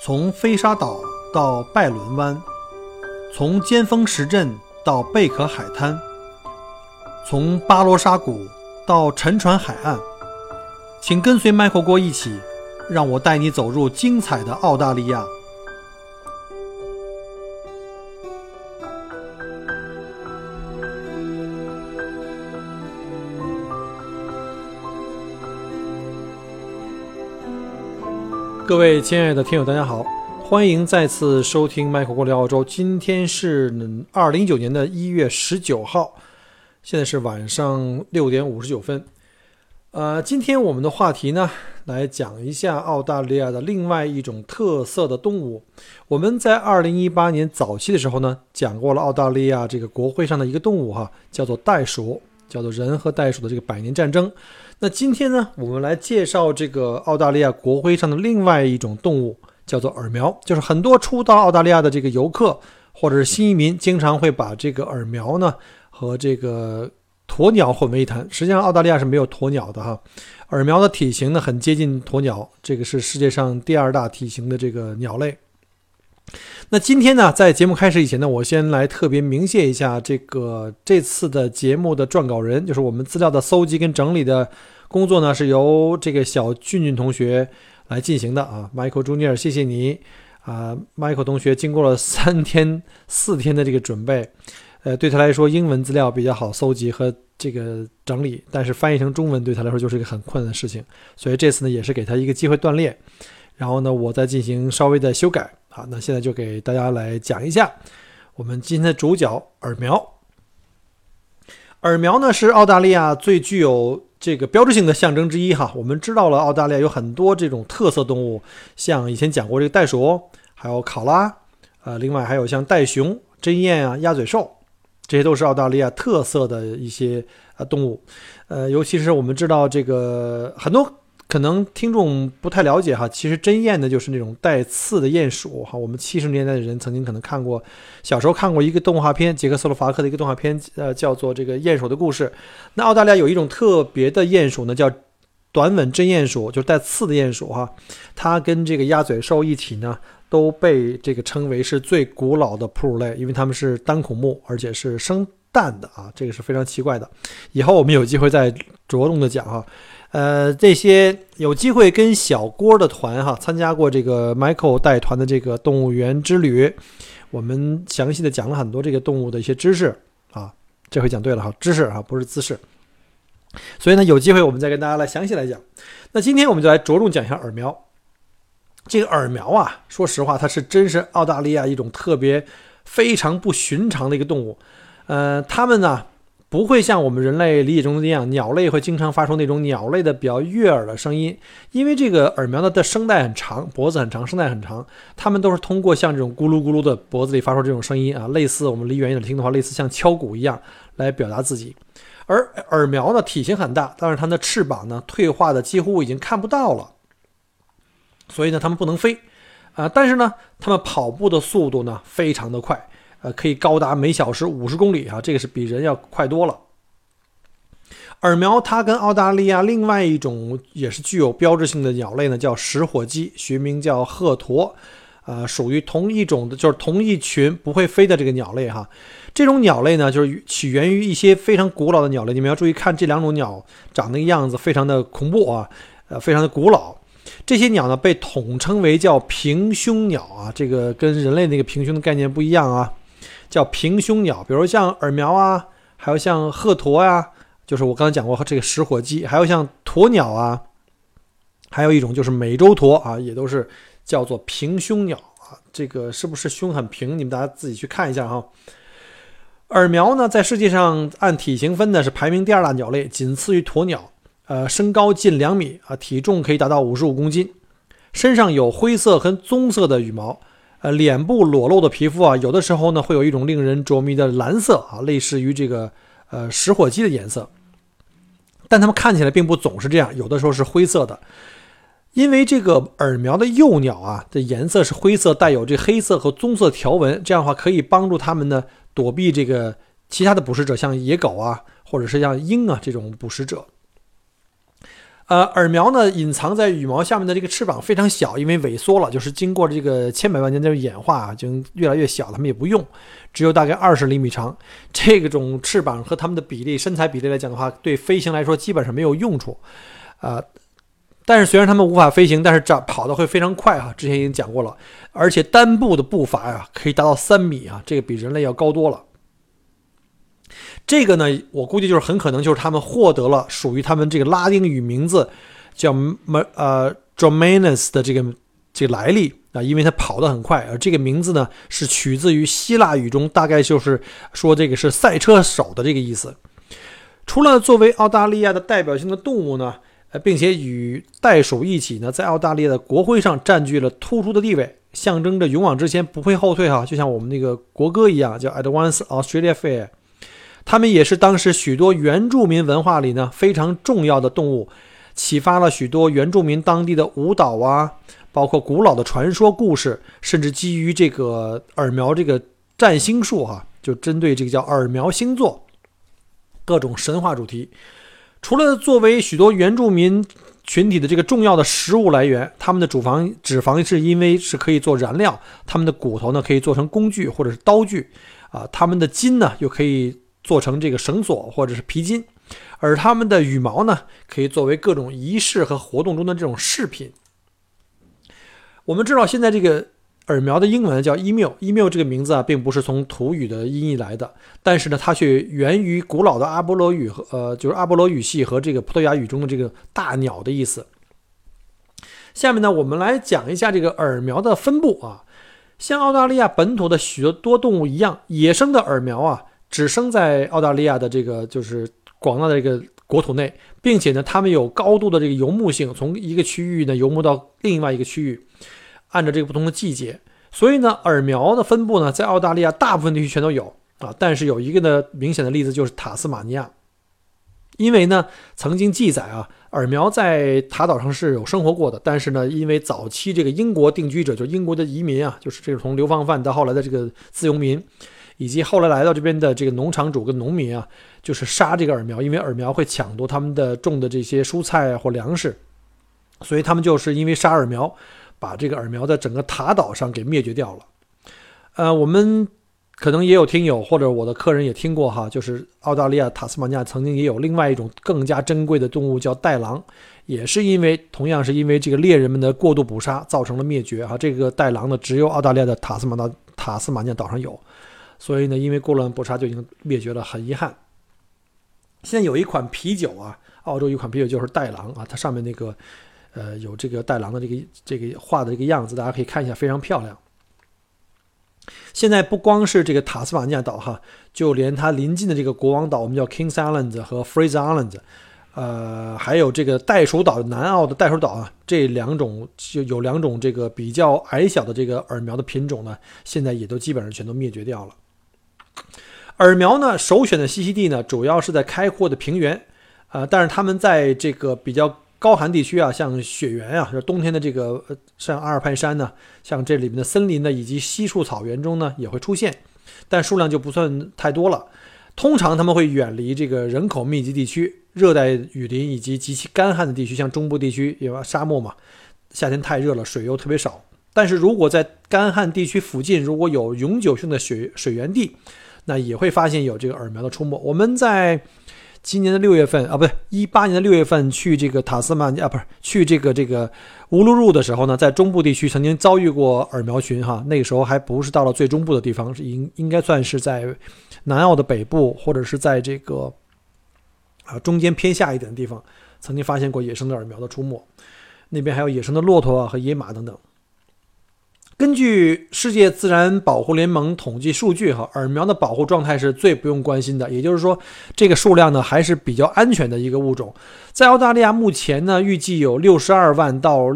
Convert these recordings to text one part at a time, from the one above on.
从飞沙岛到拜伦湾，从尖峰石镇到贝壳海滩，从巴罗沙谷到沉船海岸，请跟随 Michael 郭一起，让我带你走入精彩的澳大利亚。各位亲爱的听友大家好，欢迎再次收听 Michael 郭聊澳洲。今天是2019年的1月19号，现在是晚上6点59分。今天我们的话题呢，来讲一下澳大利亚的另外一种特色的动物。我们在2018年早期的时候呢，讲过了澳大利亚这个国徽上的一个动物叫做袋鼠，叫做人和袋鼠的这个100年战争。那今天呢，我们来介绍这个澳大利亚国徽上的另外一种动物，叫做耳苗。就是很多初到澳大利亚的这个游客或者是新移民，经常会把这个耳苗呢和这个鸵鸟混为一谈。实际上澳大利亚是没有鸵鸟的耳苗的体型呢很接近鸵鸟，这个是世界上第2大体型的这个鸟类。那今天呢，在节目开始以前呢，我先来特别鸣谢一下这次的节目的撰稿人，就是我们资料的搜集跟整理的工作呢，是由这个小俊同学来进行的Michael Junior， 谢谢你Michael 同学经过了4天的这个准备，对他来说英文资料比较好搜集和这个整理，但是翻译成中文对他来说就是一个很困难的事情，所以这次呢也是给他一个机会锻炼，然后呢我再进行稍微的修改。好，那现在就给大家来讲一下我们今天的主角耳苗。耳苗呢是澳大利亚最具有这个标志性的象征之一我们知道了澳大利亚有很多这种特色动物，像以前讲过这个袋鼠，还有考拉另外还有像袋熊、针鼹鸭嘴兽，这些都是澳大利亚特色的一些动物。尤其是我们知道这个很多可能听众不太了解其实针鼹呢就是那种带刺的鼹鼠我们70年代的人曾经可能看过，小时候看过一个动画片，捷克斯洛伐克的一个动画片叫做这个鼹鼠的故事。那澳大利亚有一种特别的鼹鼠呢，叫短吻针鼹鼠，就是带刺的鼹鼠它跟这个鸭嘴兽一起呢都被这个称为是最古老的哺乳类，因为它们是单孔目，而且是生蛋的这个是非常奇怪的，以后我们有机会再着重的讲这些有机会跟小郭的团参加过这个 Michael 带团的这个动物园之旅，我们详细的讲了很多这个动物的一些知识这回讲对了知识不是姿势，所以呢有机会我们再跟大家来详细来讲。那今天我们就来着重讲一下耳苗。这个耳苗说实话它是真是澳大利亚一种特别非常不寻常的一个动物。它们呢不会像我们人类理解中的那样，鸟类会经常发出那种鸟类的比较悦耳的声音，因为这个耳苗的声带很长，脖子很长，声带很长，它们都是通过像这种咕噜咕噜的脖子里发出这种声音类似我们离远一点听的话，类似像敲鼓一样来表达自己。而耳苗呢体型很大，但是它的翅膀呢退化的几乎已经看不到了，所以呢它们不能飞但是呢它们跑步的速度呢非常的快，可以高达每小时50公里这个是比人要快多了。耳苗它跟澳大利亚另外一种也是具有标志性的鸟类呢，叫食火鸡，学名叫鹤鸵，属于同一种的，就是同一群不会飞的这个鸟类这种鸟类呢，就是起源于一些非常古老的鸟类，你们要注意看这两种鸟长得样子非常的恐怖非常的古老。这些鸟呢被统称为叫平胸鸟这个跟人类那个平胸的概念不一样叫平胸鸟，比如像耳苗还有像鹤鸵就是我刚才讲过这个食火鸡，还有像鸵鸟还有一种就是美洲鸵也都是叫做平胸鸟这个是不是胸很平，你们大家自己去看一下耳苗呢在世界上按体型分的是排名第2大鸟类，仅次于鸵鸟，身高近2米体重可以达到55公斤，身上有灰色和棕色的羽毛，脸部裸露的皮肤有的时候呢会有一种令人着迷的蓝色类似于这个食火鸡的颜色，但它们看起来并不总是这样，有的时候是灰色的。因为这个耳苗的幼鸟的颜色是灰色，带有这黑色和棕色条纹，这样的话可以帮助它们呢躲避这个其他的捕食者，像野狗或者是像鹰这种捕食者。 耳苗呢隐藏在羽毛下面的这个翅膀非常小，因为萎缩了，就是经过这个千百万年的演化已经越来越小，它们也不用，只有大概20厘米长。这种翅膀和它们的比例、身材比例来讲的话，对飞行来说基本上没有用处。但是虽然它们无法飞行，但是跑得会非常快之前已经讲过了，而且单步的步伐可以达到3米这个比人类要高多了。这个呢，我估计就是很可能就是他们获得了属于他们这个拉丁语名字叫Dromaeus 的这个来历因为它跑得很快，而这个名字呢是取自于希腊语中，大概就是说这个是赛车手的这个意思。除了作为澳大利亚的代表性的动物呢，并且与袋鼠一起呢，在澳大利亚的国徽上占据了突出的地位，象征着勇往直前，不会后退就像我们那个国歌一样，叫 Advance Australia Fair。它们也是当时许多原住民文化里呢非常重要的动物，启发了许多原住民当地的舞蹈包括古老的传说故事，甚至基于这个耳苗这个占星术就针对这个叫耳苗星座各种神话主题。除了作为许多原住民群体的这个重要的食物来源，它们的脂肪是因为是可以做燃料，它们的骨头呢可以做成工具或者是刀具它们的筋呢又可以做成这个绳索或者是皮筋，而它们的羽毛呢可以作为各种仪式和活动中的这种饰品。我们知道现在这个耳苗的英文叫 emu 这个名字并不是从土语的音译来的，但是呢它却源于古老的阿波罗语就是阿波罗语系和这个葡萄牙语中的这个大鸟的意思。下面呢我们来讲一下这个耳苗的分布像澳大利亚本土的许多动物一样，野生的耳苗只生在澳大利亚的这个就是广大的这个国土内，并且呢它们有高度的这个游牧性，从一个区域呢游牧到另外一个区域，按照这个不同的季节。所以呢耳苗的分布呢在澳大利亚大部分地区全都有但是有一个呢明显的例子就是塔斯马尼亚。因为呢曾经记载耳苗在塔岛上是有生活过的，但是呢因为早期这个英国定居者，就是英国的移民就是这个从流放犯到后来的这个自由民，以及后来来到这边的这个农场主跟农民就是杀这个耳苗，因为耳苗会抢夺他们的种的这些蔬菜或粮食，所以他们就是因为杀耳苗，把这个耳苗在整个塔岛上给灭绝掉了。我们可能也有听友或者我的客人也听过就是澳大利亚塔斯马尼亚曾经也有另外一种更加珍贵的动物叫袋狼，也是同样是因为这个猎人们的过度捕杀造成了灭绝这个袋狼呢只有澳大利亚的塔斯马尼亚岛上有，所以呢因为过乱捕杀就已经灭绝了，很遗憾。现在有一款啤酒澳洲有一款啤酒就是袋狼它上面那个有这个袋狼的这个画的这个样子，大家可以看一下，非常漂亮。现在不光是这个塔斯马尼亚岛就连它邻近的这个国王岛，我们叫 Kings Island 和 Fraser Island，还有这个袋鼠岛，南澳的袋鼠岛这两种就有2种这个比较矮小的这个耳苗的品种呢，现在也都基本上全都灭绝掉了。耳苗呢首选的栖息地呢主要是在开阔的平原但是它们在这个比较高寒地区像雪原就是冬天的这个像阿尔派山呢，像这里面的森林呢以及稀树草原中呢也会出现，但数量就不算太多了。通常他们会远离这个人口密集地区、热带雨林以及极其干旱的地区，像中部地区因为沙漠嘛，夏天太热了，水又特别少。但是如果在干旱地区附近如果有永久性的水源地，那也会发现有这个耳苗的出没。我们在今年的6月份不对，18年的6月份去这个塔斯马尼亚去这个乌鲁鲁的时候呢，在中部地区曾经遭遇过耳苗群那个时候还不是到了最中部的地方，是应该算是在南澳的北部，或者是在这个中间偏下一点的地方，曾经发现过野生的耳苗的出没。那边还有野生的骆驼和野马等等。根据世界自然保护联盟统计数据耳苗的保护状态是最不用关心的，也就是说这个数量呢还是比较安全的一个物种。在澳大利亚目前呢预计有62万到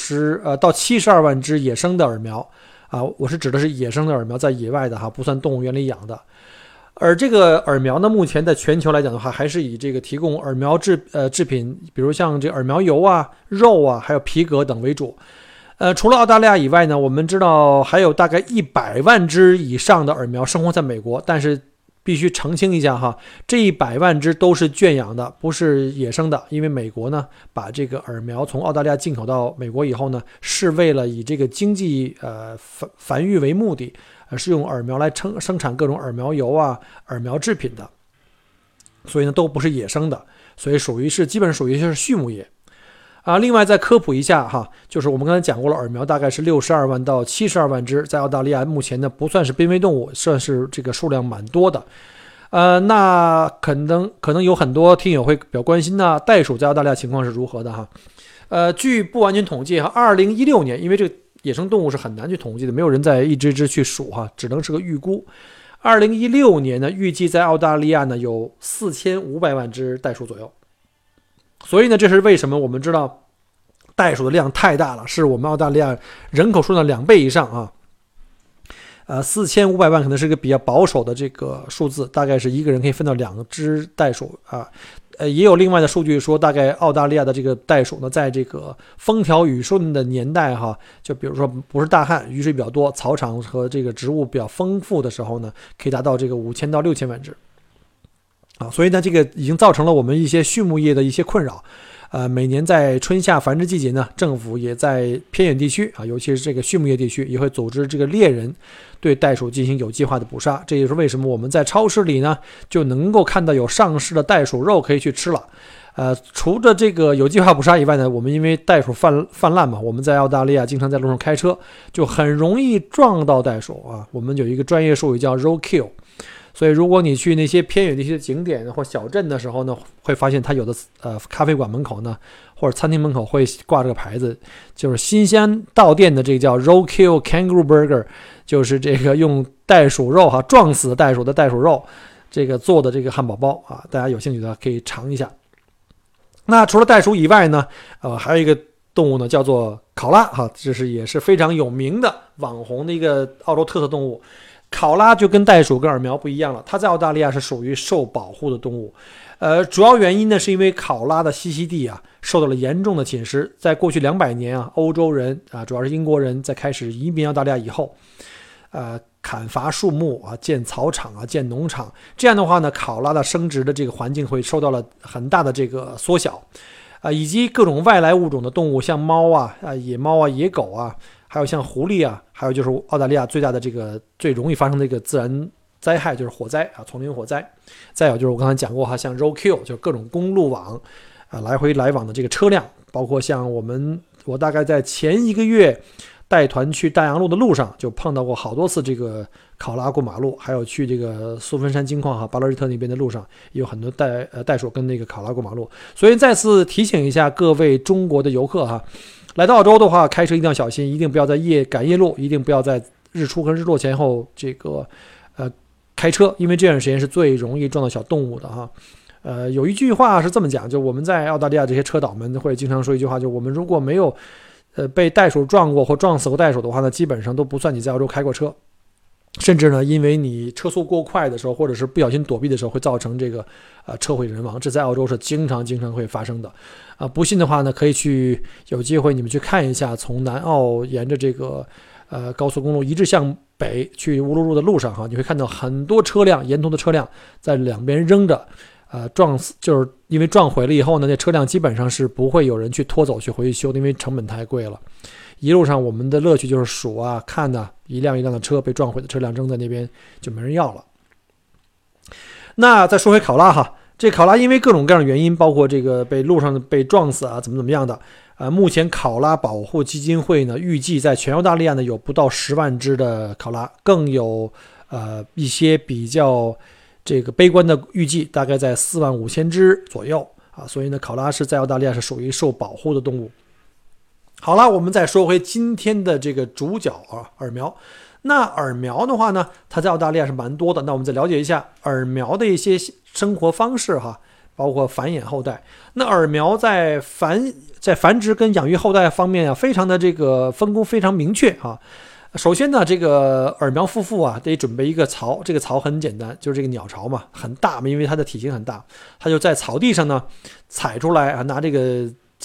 72万只野生的耳苗我是指的是野生的耳苗，在野外的不算动物园里养的。而这个耳苗呢目前在全球来讲的话，还是以这个提供耳苗制品，比如像这个耳苗油肉还有皮革等为主。除了澳大利亚以外呢，我们知道还有大概100万只以上的耳苗生活在美国，但是必须澄清一下哈，这100万只都是圈养的，不是野生的。因为美国呢，把这个耳苗从澳大利亚进口到美国以后呢，是为了以这个经济繁育为目的，是用耳苗来生产各种耳苗油啊、耳苗制品的，所以呢都不是野生的，所以基本上属于是畜牧业。另外再科普一下哈，就是我们刚才讲过了，耳苗大概是62万到72万只，在澳大利亚目前呢不算是濒危动物，算是这个数量蛮多的。那可能有很多听友会比较关心呢，袋鼠在澳大利亚情况是如何的哈？据不完全统计哈，2016年，因为这个野生动物是很难去统计的，没有人在一只只去数哈，只能是个预估。2016年呢，预计在澳大利亚呢有4500万只袋鼠左右。所以呢，这是为什么我们知道袋鼠的量太大了，是我们澳大利亚人口数量2倍以上啊。4500万可能是一个比较保守的这个数字，大概是一个人可以分到2只袋鼠啊。也有另外的数据说，大概澳大利亚的这个袋鼠呢，在这个风调雨顺的年代哈，就比如说不是大旱，雨水比较多，草场和这个植物比较丰富的时候呢，可以达到这个5000到6000万只。所以呢，这个已经造成了我们一些畜牧业的一些困扰。每年在春夏繁殖季节呢，政府也在偏远地区尤其是这个畜牧业地区，也会组织这个猎人对袋鼠进行有计划的捕杀。这也是为什么我们在超市里呢就能够看到有上市的袋鼠肉可以去吃了。除了这个有计划捕杀以外呢，我们因为袋鼠泛滥嘛，我们在澳大利亚经常在路上开车，就很容易撞到袋鼠啊。我们有一个专业术语叫 roadkill。所以如果你去那些偏远地区的景点或小镇的时候呢，会发现它有的咖啡馆门口呢，或者餐厅门口会挂这个牌子，就是新鲜到店的这个叫 Roadkill Kangaroo Burger， 就是这个用袋鼠肉撞死袋鼠的袋鼠肉这个做的这个汉堡包大家有兴趣的可以尝一下。那除了袋鼠以外呢，还有一个动物呢叫做考拉这是也是非常有名的网红的一个澳洲特色动物。考拉就跟袋鼠跟耳苗不一样了，它在澳大利亚是属于受保护的动物。主要原因呢是因为考拉的栖息地受到了严重的侵蚀。在过去200年欧洲人主要是英国人在开始移民澳大利亚以后，砍伐树木建草场建农场，这样的话呢，考拉的生殖的这个环境会受到了很大的这个缩小，以及各种外来物种的动物，像猫野猫野狗还有像狐狸还有就是澳大利亚最大的这个最容易发生的一个自然灾害就是火灾丛林火灾。再有就是我刚才讲过像 roadkill 就是各种公路网来回来往的这个车辆，包括像我大概在前1个月带团去大洋路的路上就碰到过好多次这个考拉过马路，还有去这个苏芬山金矿巴勒日特那边的路上也有很多袋鼠跟那个考拉过马路。所以再次提醒一下各位中国的游客来到澳洲的话，开车一定要小心，一定不要在赶夜路，一定不要在日出和日落前后这个开车，因为这段时间是最容易撞到小动物的有一句话是这么讲，就我们在澳大利亚这些车导们会经常说一句话，就我们如果没有被袋鼠撞过或撞死过袋鼠的话呢，基本上都不算你在澳洲开过车。甚至呢，因为你车速过快的时候，或者是不小心躲避的时候，会造成这个车毁人亡，这在澳洲是经常会发生的。不信的话呢，可以有机会你们去看一下，从南澳沿着这个高速公路一直向北去乌鲁鲁的路上你会看到很多车辆，沿途的车辆在两边扔着，撞死，就是因为撞毁了以后呢，那车辆基本上是不会有人去拖走去回去修的，因为成本太贵了。一路上我们的乐趣就是数看一辆一辆的车被撞毁的车辆扔在那边就没人要了。那再说回考拉这考拉因为各种各样的原因，包括这个路上被撞死怎么样的，目前考拉保护基金会呢预计在全澳大利亚呢有不到10万只的考拉，更有一些比较这个悲观的预计，大概在45000只左右所以呢，考拉是在澳大利亚是属于受保护的动物。好了，我们再说回今天的这个主角耳苗。那耳苗的话呢，它在澳大利亚是蛮多的。那我们再了解一下耳苗的一些生活方式包括繁衍后代。那耳苗在繁殖跟养育后代方面非常的这个分工非常明确首先呢，这个耳苗夫妇得准备一个槽，这个槽很简单，就是这个鸟巢嘛，很大嘛，因为它的体型很大，它就在草地上呢踩出来拿这个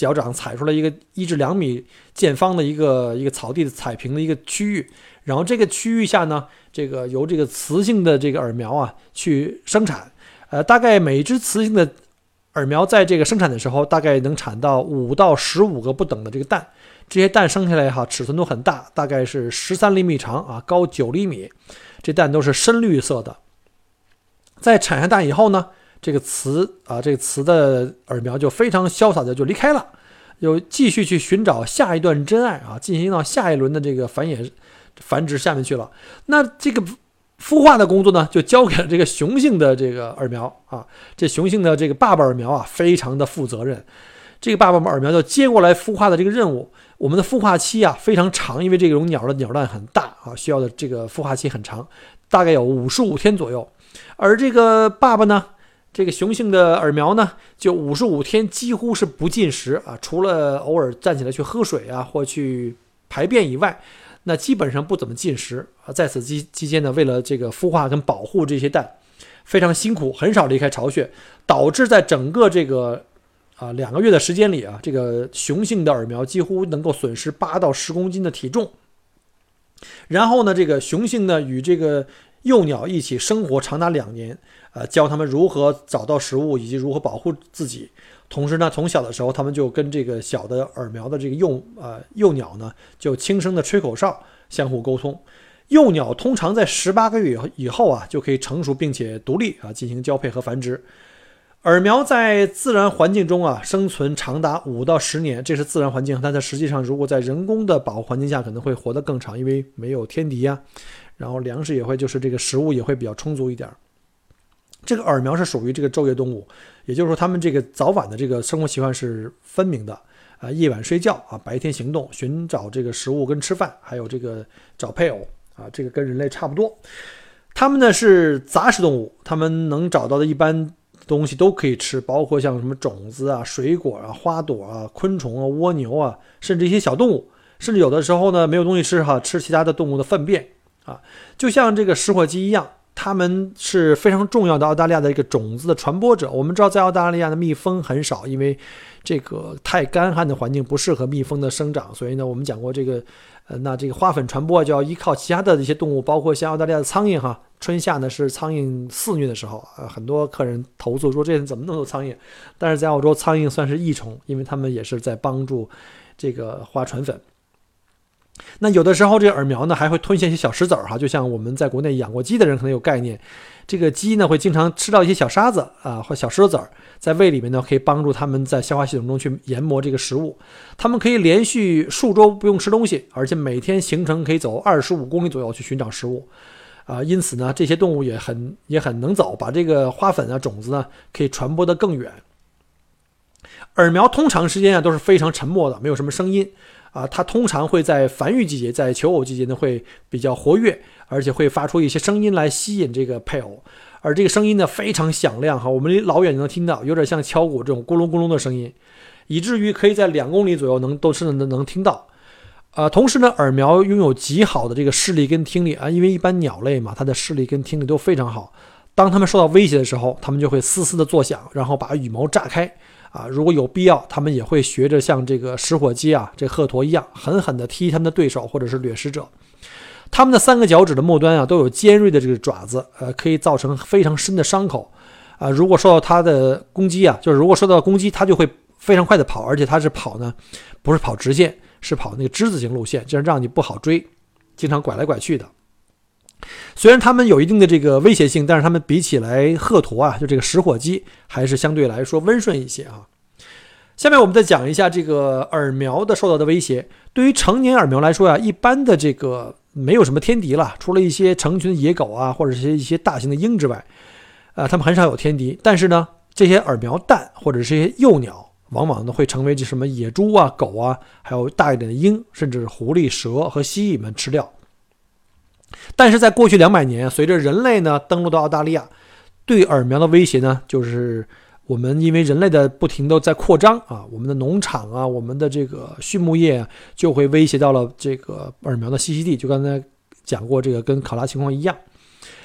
脚掌踩出来一个1至2米见方的一个草地的踩平的一个区域，然后这个区域下呢，这个由这个雌性的这个耳苗啊去生产，大概每只雌性的耳苗在这个生产的时候，大概能产到5到15个不等的这个蛋，这些蛋生下来尺寸都很大，大概是13厘米长高9厘米，这蛋都是深绿色的。在产下蛋以后呢，这个雌的耳苗就非常潇洒的就离开了，又继续去寻找下一段真爱进行到下一轮的这个繁殖下面去了。那这个孵化的工作呢，就交给了这个雄性的这个耳苗这雄性的这个爸爸耳苗非常的负责任。这个爸爸耳苗就接过来孵化的这个任务。我们的孵化期非常长，因为这种鸟的鸟蛋很大需要的这个孵化期很长，大概有55天左右。而这个爸爸呢，这个雄性的耳苗呢，就55天几乎是不进食除了偶尔站起来去喝水或去排便以外，那基本上不怎么进食在此期间呢，为了这个孵化跟保护这些蛋，非常辛苦，很少离开巢穴，导致在整个这个2个月的时间里这个雄性的耳苗几乎能够损失8到10公斤的体重。然后呢，这个雄性呢与这个幼鸟一起生活长达2年，教他们如何找到食物以及如何保护自己。同时呢，从小的时候他们就跟这个小的耳苗的这个幼鸟呢，就轻声的吹口哨相互沟通。幼鸟通常在18个月以后就可以成熟并且独立进行交配和繁殖。耳苗在自然环境中生存长达5到10年，这是自然环境，但它实际上如果在人工的保护环境下可能会活得更长，因为没有天敌然后粮食也会就是这个食物也会比较充足一点。这个耳苗是属于这个昼夜动物，也就是说它们这个早晚的这个生活习惯是分明的夜晚睡觉白天行动，寻找这个食物跟吃饭，还有这个找配偶这个跟人类差不多。它们呢是杂食动物，它们能找到的一般东西都可以吃，包括像什么种子水果花朵昆虫蜗牛甚至一些小动物，甚至有的时候呢没有东西吃吃其他的动物的粪便就像这个食火鸡一样，它们是非常重要的澳大利亚的一个种子的传播者。我们知道在澳大利亚的蜜蜂很少，因为这个太干旱的环境不适合蜜蜂的生长，所以呢我们讲过这个那这个花粉传播就要依靠其他的一些动物，包括像澳大利亚的苍蝇春夏呢是苍蝇肆虐的时候很多客人投诉说这怎么那么多苍蝇，但是在澳洲苍蝇算是益虫，因为它们也是在帮助这个花传粉。那有的时候这个耳苗呢还会吞下一些小石子就像我们在国内养过鸡的人可能有概念，这个鸡呢会经常吃到一些小沙子或小石子在胃里面呢可以帮助它们在消化系统中去研磨这个食物。它们可以连续数周不用吃东西，而且每天行程可以走25公里左右去寻找食物因此呢这些动物也很能走，把这个花粉种子呢可以传播得更远。耳苗通常时间都是非常沉默的，没有什么声音它通常会在繁育季节，在求偶季节呢会比较活跃，而且会发出一些声音来吸引这个配偶，而这个声音呢非常响亮我们离老远就能听到，有点像敲鼓这种咕隆咕隆的声音，以至于可以在2公里左右都是能听到同时呢耳苗拥有极好的这个视力跟听力因为一般鸟类嘛，它的视力跟听力都非常好，当它们受到威胁的时候，它们就会嘶嘶的作响，然后把羽毛炸开如果有必要，他们也会学着像这个食火鸡这鹤鸵一样，狠狠地踢他们的对手或者是掠食者。他们的3个脚趾的末端都有尖锐的这个爪子，可以造成非常深的伤口如果受到它的攻击就是如果受到攻击，它就会非常快的跑，而且它是跑呢，不是跑直线，是跑那个之字形路线，这样让你不好追，经常拐来拐去的。虽然它们有一定的这个威胁性，但是它们比起来鹤鸵就这个食火鸡还是相对来说温顺一些下面我们再讲一下这个耳苗的受到的威胁。对于成年耳苗来说一般的这个没有什么天敌了，除了一些成群的野狗或者是一些大型的鹰之外它们很少有天敌。但是呢这些耳苗蛋或者是一些幼鸟往往呢会成为这什么野猪狗还有大一点的鹰，甚至狐狸蛇和蜥蜴们吃掉。但是在过去200年，随着人类呢登陆到澳大利亚，对耳苗的威胁呢，就是我们因为人类的不停的在扩张我们的农场我们的这个畜牧业就会威胁到了这个耳苗的栖息地。就刚才讲过，这个跟考拉情况一样，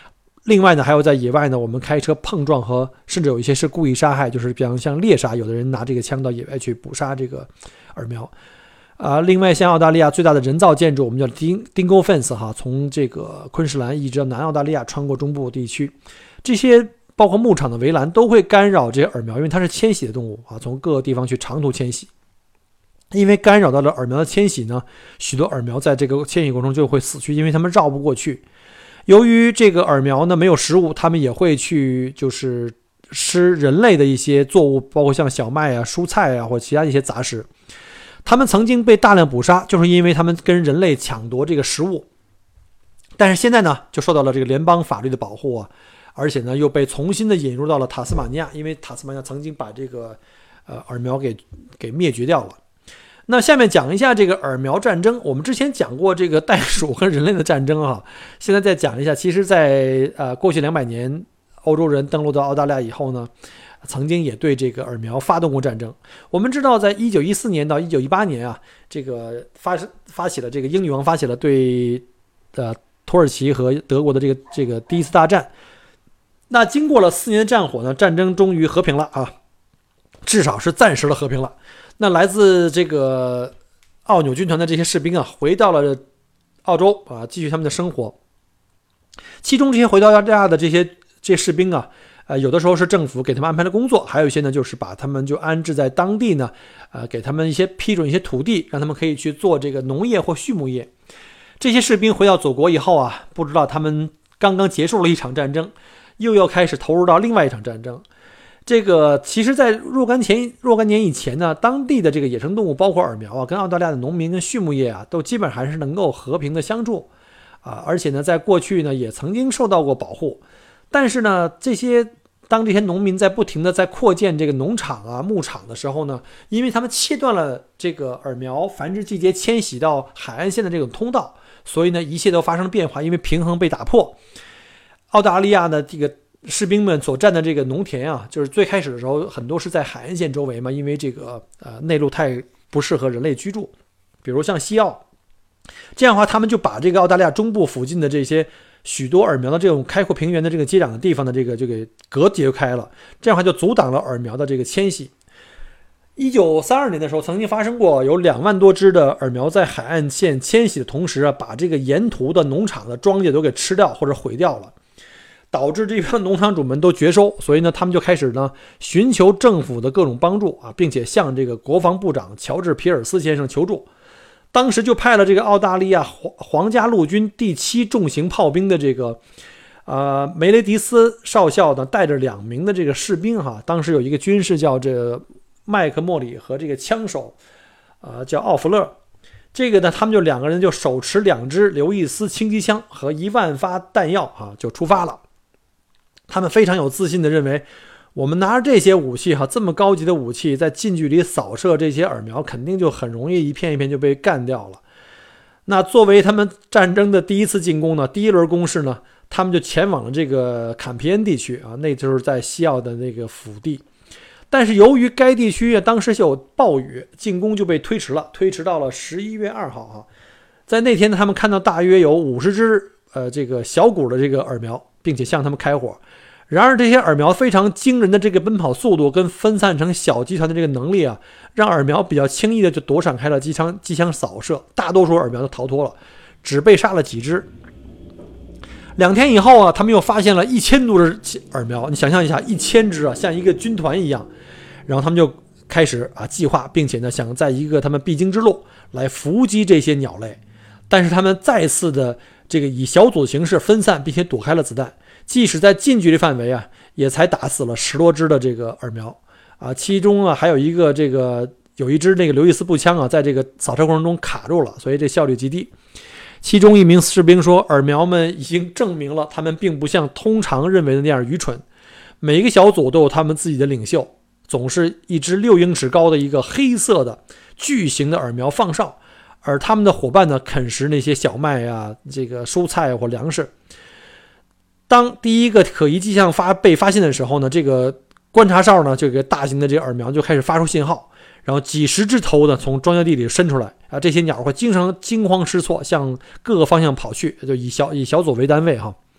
另外呢，还有在野外呢，我们开车碰撞和甚至有一些是故意杀害，就是比方像猎杀，有的人拿这个枪到野外去捕杀这个耳苗。另外像澳大利亚最大的人造建筑，我们叫 Dingo Fence 哈，从这个昆士兰一直到南澳大利亚，穿过中部地区，这些包括牧场的围栏都会干扰这些耳苗，因为它是迁徙的动物啊，从各个地方去长途迁徙。因为干扰到了耳苗的迁徙呢，许多耳苗在这个迁徙过程中就会死去，因为它们绕不过去。由于这个耳苗呢没有食物，它们也会去就是吃人类的一些作物，包括像小麦啊、蔬菜啊或其他一些杂食。它们曾经被大量捕杀，就是因为它们跟人类抢夺这个食物。但是现在呢，就受到了这个联邦法律的保护啊，而且呢又被重新的引入到了塔斯马尼亚，因为塔斯马尼亚曾经把这个耳苗给灭绝掉了。那下面讲一下这个耳苗战争。我们之前讲过这个袋鼠和人类的战争啊，现在再讲一下。其实在过去200年，欧洲人登陆到澳大利亚以后呢，曾经也对这个耳苗发动过战争。我们知道，在1914年到1918年啊，这个发起了这个英女王发起了对土耳其和德国的这个第一次大战。那经过了4年的战火呢，战争终于和平了啊，至少是暂时的和平了。那来自这个奥纽军团的这些士兵啊，回到了澳洲啊，继续他们的生活。其中这些回到澳大利亚的这些士兵啊，有的时候是政府给他们安排的工作，还有一些呢就是把他们就安置在当地呢，给他们批准一些土地，让他们可以去做这个农业或畜牧业。这些士兵回到祖国以后啊，不知道他们刚刚结束了一场战争，又要开始投入到另外一场战争。这个其实在若干年以前呢，当地的这个野生动物包括耳苗啊，跟澳大利亚的农民跟畜牧业啊，都基本上还是能够和平的相处啊，而且呢在过去呢也曾经受到过保护。但是呢当这些农民在不停的在扩建这个农场啊牧场的时候呢，因为他们切断了这个耳苗繁殖季节迁徙到海岸线的这种通道，所以呢一切都发生了变化，因为平衡被打破。澳大利亚的这个士兵们所占的这个农田啊，就是最开始的时候很多是在海岸线周围嘛，因为这个内陆太不适合人类居住。比如像西澳，这样的话他们就把这个澳大利亚中部附近的这些许多耳苗的这种开阔平原的这个接壤的地方的这个就给隔绝开了，这样的话就阻挡了耳苗的这个迁徙。1932年的时候，曾经发生过有2万多只的耳苗在海岸线迁徙的同时啊，把这个沿途的农场的庄稼都给吃掉或者毁掉了，导致这帮农场主们都绝收。所以呢，他们就开始呢寻求政府的各种帮助啊，并且向这个国防部长乔治·皮尔斯先生求助。当时就派了这个澳大利亚皇家陆军第7重型炮兵的这个梅雷迪斯少校呢，带着2名的这个士兵哈，当时有一个军士叫这个麦克莫里和这个枪手叫奥弗勒。这个呢，他们就2个人就手持2支刘易斯轻机枪和1万发弹药啊，就出发了。他们非常有自信的认为，我们拿着这些武器哈，这么高级的武器，在近距离扫射这些耳苗，肯定就很容易一片一片就被干掉了。那作为他们战争的第一次进攻呢，第一轮攻势呢，他们就前往了这个坎皮恩地区啊，那就是在西澳的那个腹地。但是由于该地区当时有暴雨，进攻就被推迟到了11月2号啊。在那天呢，他们看到大约有50只这个小股的这个耳苗，并且向他们开火。然而这些耳苗非常惊人的这个奔跑速度跟分散成小集团的这个能力啊，让耳苗比较轻易的就躲闪开了机枪扫射，大多数耳苗都逃脱了，只被杀了几只。2天以后啊，他们又发现了1000多只耳苗，你想象一下，1000只啊，像一个军团一样。然后他们就开始计划，并且呢想在一个他们必经之路来伏击这些鸟类。但是他们再次的这个以小组的形式分散，并且躲开了子弹。即使在近距离范围啊，也才打死了10多只的这个耳苗啊，其中啊还有一只那个刘易斯步枪啊，在这个扫射过程中卡住了，所以这效率极低。其中一名士兵说，耳苗们已经证明了他们并不像通常认为的那样愚蠢，每一个小组都有他们自己的领袖，总是一只6英尺高的一个黑色的巨型的耳苗放哨，而他们的伙伴呢啃食那些小麦啊、这个蔬菜或粮食。当第一个可疑迹象被发现的时候呢，这个观察哨呢，这个大型的这个耳苗就开始发出信号，然后几十只头呢从庄稼地里伸出来啊，这些鸟会经常惊慌失措，向各个方向跑去，就以小组为单位哈。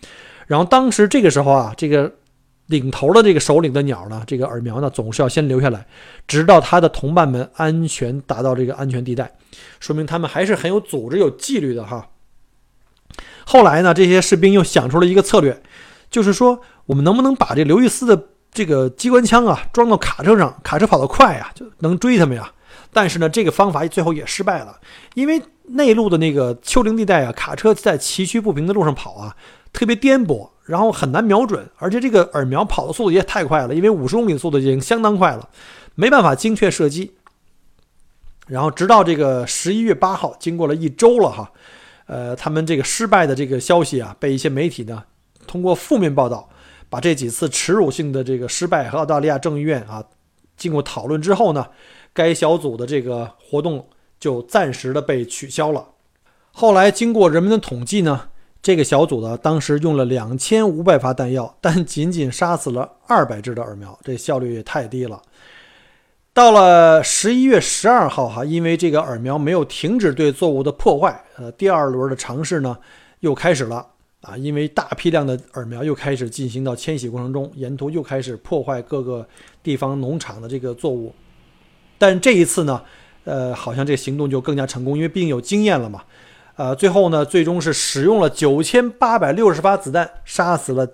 然后当时这个时候啊，这个领头的这个首领的鸟呢，这个鸸苗呢，总是要先留下来，直到他的同伴们安全达到这个安全地带，说明他们还是很有组织有纪律的哈。后来呢，这些士兵又想出了一个策略，就是说我们能不能把这刘易斯的这个机关枪啊装到卡车上，卡车跑得快啊，就能追他们呀。但是呢，这个方法最后也失败了，因为内陆的那个丘陵地带啊，卡车在崎岖不平的路上跑啊，特别颠簸，然后很难瞄准，而且这个鸸苗跑的速度也太快了，因为50公里的速度已经相当快了，没办法精确射击。然后直到这个11月8号，经过了1周了哈，他们这个失败的这个消息啊，被一些媒体呢通过负面报道，把这几次耻辱性的这个失败和澳大利亚众议院啊经过讨论之后呢，该小组的这个活动就暂时的被取消了。后来经过人们的统计呢，这个小组呢当时用了2500发弹药，但仅仅杀死了200只的鸸苗，这效率也太低了。到了11月12号哈，因为这个鸸苗没有停止对作物的破坏，第二轮的尝试呢又开始了啊，因为大批量的鸸苗又开始进行到迁徙过程中，沿途又开始破坏各个地方农场的这个作物。但这一次呢，好像这个行动就更加成功，因为毕竟有经验了嘛。最后呢，最终是使用了9860发子弹，杀死了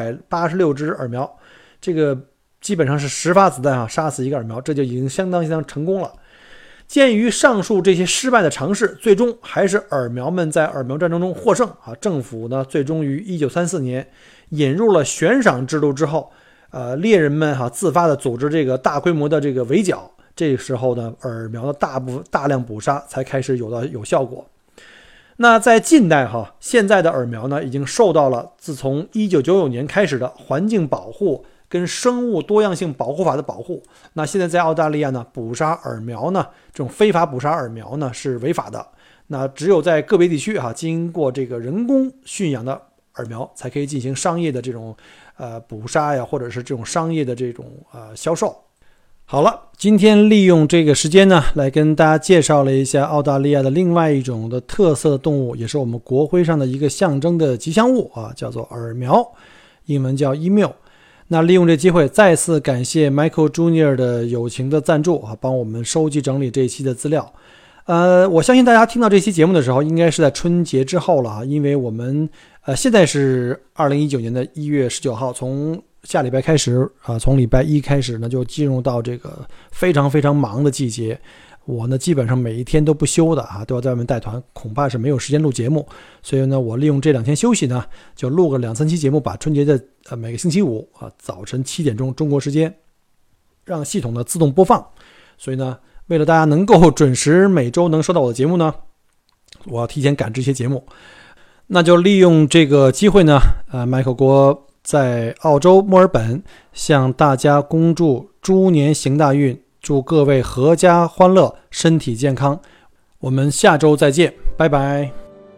986只鸸苗。这个基本上是10发子弹啊，杀死一个鸸苗，这就已经相当成功了。鉴于上述这些失败的尝试，最终还是鸸苗们在鸸苗战争中获胜啊。政府呢，最终于1934年引入了悬赏制度之后，猎人们自发的组织这个大规模的这个围剿。这时候呢，鸸苗的大量捕杀才开始有效果。那在近代现在的鸸苗呢，已经受到了自从1999年开始的环境保护跟生物多样性保护法的保护。那现在在澳大利亚呢，捕杀鸸苗呢，这种非法捕杀鸸苗呢是违法的。那只有在个别地区经过这个人工驯养的鸸苗，才可以进行商业的这种捕杀呀，或者是这种商业的这种销售。好了，今天利用这个时间呢，来跟大家介绍了一下澳大利亚的另外一种的特色的动物，也是我们国徽上的一个象征的吉祥物啊，叫做鸸苗，英文叫 emu。那利用这机会再次感谢 Michael Jr. 的友情的赞助啊，帮我们收集整理这一期的资料。我相信大家听到这期节目的时候，应该是在春节之后了啊，因为我们现在是2019年的1月19号，从下礼拜开始从礼拜1开始呢，就进入到这个非常非常忙的季节。我呢基本上每一天都不休的都要在外面带团，恐怕是没有时间录节目。所以呢，我利用这2天休息呢，就录个2-3期节目，把春节的每个星期五早晨7点钟中国时间，让系统呢自动播放。所以呢，为了大家能够准时每周能收到我的节目呢，我要提前赶这些节目。那就利用这个机会呢，Michael 国在澳洲墨尔本向大家恭祝猪年行大运，祝各位阖家欢乐，身体健康。我们下周再见，拜拜。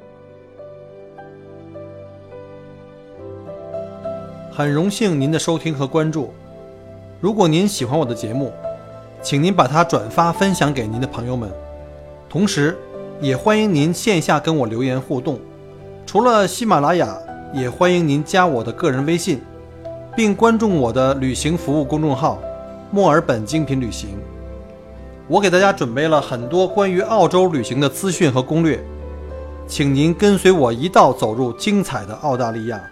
很荣幸您的收听和关注。如果您喜欢我的节目，请您把它转发分享给您的朋友们，同时也欢迎您线下跟我留言互动。除了喜马拉雅，也欢迎您加我的个人微信，并关注我的旅行服务公众号墨尔本精品旅行。我给大家准备了很多关于澳洲旅行的资讯和攻略，请您跟随我一道走入精彩的澳大利亚。